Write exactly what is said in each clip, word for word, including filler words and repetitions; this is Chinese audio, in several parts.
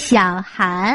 小寒。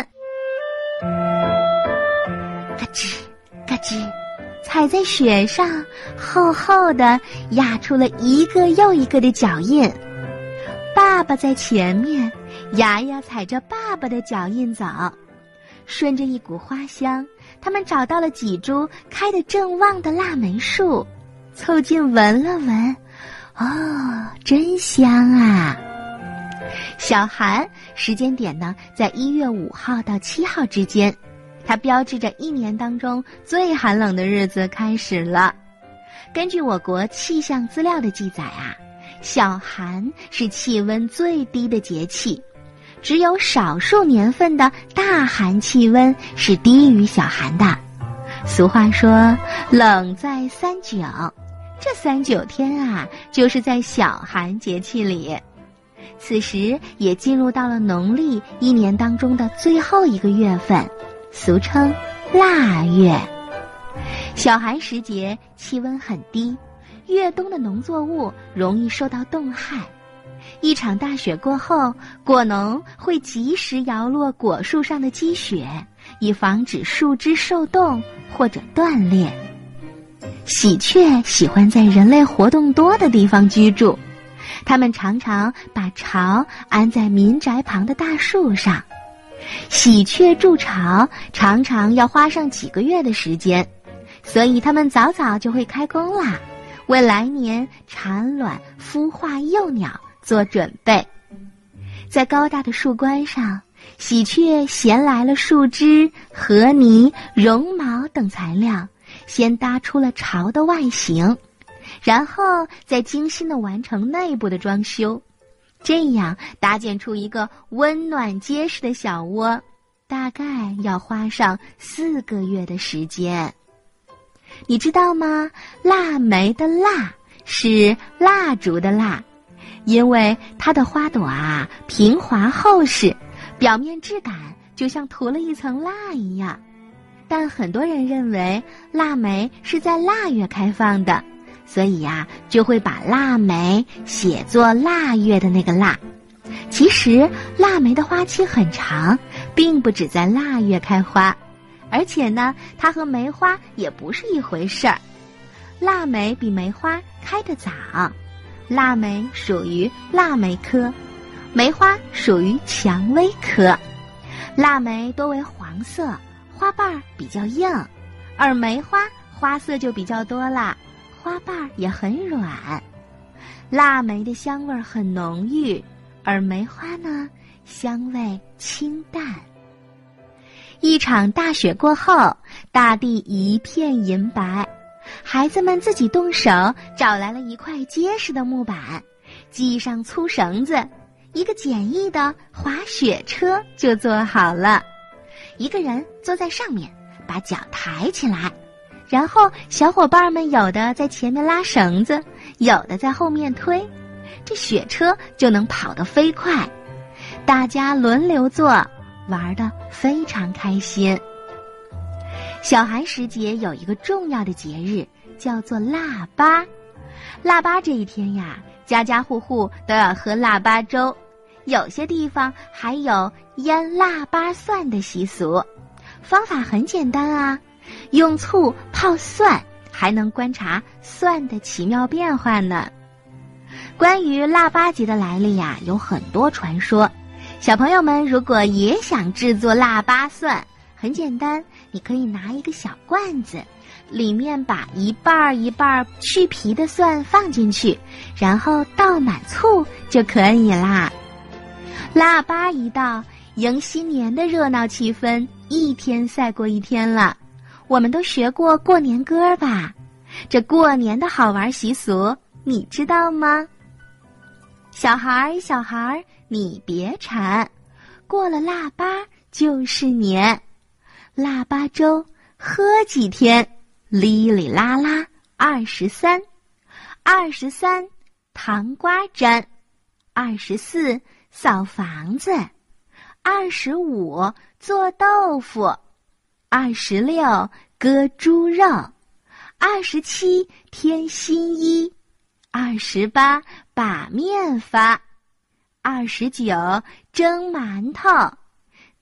咯吱咯吱，踩在雪上，厚厚的压出了一个又一个的脚印。爸爸在前面，牙牙踩着爸爸的脚印走，顺着一股花香，他们找到了几株开得正旺的腊梅树，凑近闻了闻，哦，真香啊！小寒时间点呢，在一月五号到七号之间，它标志着一年当中最寒冷的日子开始了。根据我国气象资料的记载啊，小寒是气温最低的节气，只有少数年份的大寒气温是低于小寒的。俗话说冷在三九，这三九天啊，就是在小寒节气里。此时也进入到了农历一年当中的最后一个月份，俗称腊月。小寒时节气温很低，越冬的农作物容易受到冻害。一场大雪过后，果农会及时摇落果树上的积雪，以防止树枝受冻或者断裂。喜鹊喜欢在人类活动多的地方居住，它们常常把巢安在民宅旁的大树上。喜鹊筑巢常常要花上几个月的时间，所以它们早早就会开工啦，为来年产卵孵化幼鸟做准备。在高大的树冠上，喜鹊衔来了树枝、禾泥、绒毛等材料，先搭出了巢的外形，然后再精心地完成内部的装修，这样搭建出一个温暖结实的小窝，大概要花上四个月的时间。你知道吗？腊梅的腊是蜡烛的蜡，因为它的花朵啊平滑厚实，表面质感就像涂了一层蜡一样。但很多人认为腊梅是在腊月开放的，所以呀、啊，就会把腊梅写作腊月的那个腊。其实腊梅的花期很长，并不只在腊月开花，而且呢，它和梅花也不是一回事儿。腊梅比梅花开得早，腊梅属于腊梅科，梅花属于蔷薇科。腊梅多为黄色，花瓣比较硬，而梅花花色就比较多啦，花瓣也很软。腊梅的香味很浓郁，而梅花呢，香味清淡。一场大雪过后，大地一片银白，孩子们自己动手找来了一块结实的木板，系上粗绳子，一个简易的滑雪车就做好了。一个人坐在上面，把脚抬起来，然后小伙伴们有的在前面拉绳子，有的在后面推，这雪车就能跑得飞快。大家轮流坐，玩得非常开心。小寒时节有一个重要的节日，叫做腊八。腊八这一天呀，家家户户都要喝腊八粥，有些地方还有腌腊八蒜的习俗。方法很简单啊，用醋泡蒜，还能观察蒜的奇妙变化呢。关于腊八节的来历呀，有很多传说。小朋友们如果也想制作腊八蒜，很简单，你可以拿一个小罐子，里面把一半一半去皮的蒜放进去，然后倒满醋就可以啦。腊八一到，迎新年的热闹气氛一天赛过一天了。我们都学过过年歌吧？这过年的好玩习俗，你知道吗？小孩儿，小孩儿，你别馋，过了腊八就是年。腊八粥喝几天，哩哩啦啦二十三。二十三，糖瓜粘。二十四，扫房子。二十五，做豆腐。二十六，割猪肉。二十七，添新衣。二十八，把面发。二十九，蒸馒头。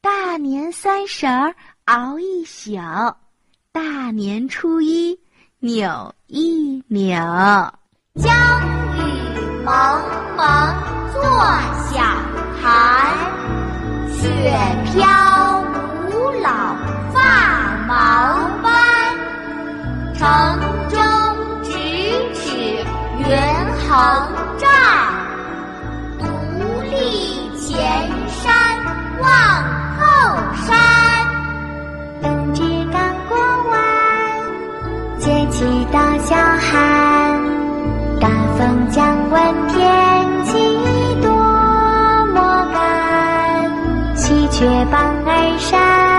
大年三十儿熬一宿，大年初一扭一扭。 江雨蒙蒙作响寒，雪飘五老发毛斑。城中咫尺云横丈，独立前山望后山。 冬至刚过完，节气到小寒。大风将问天气多么干，喜鹊傍儿山。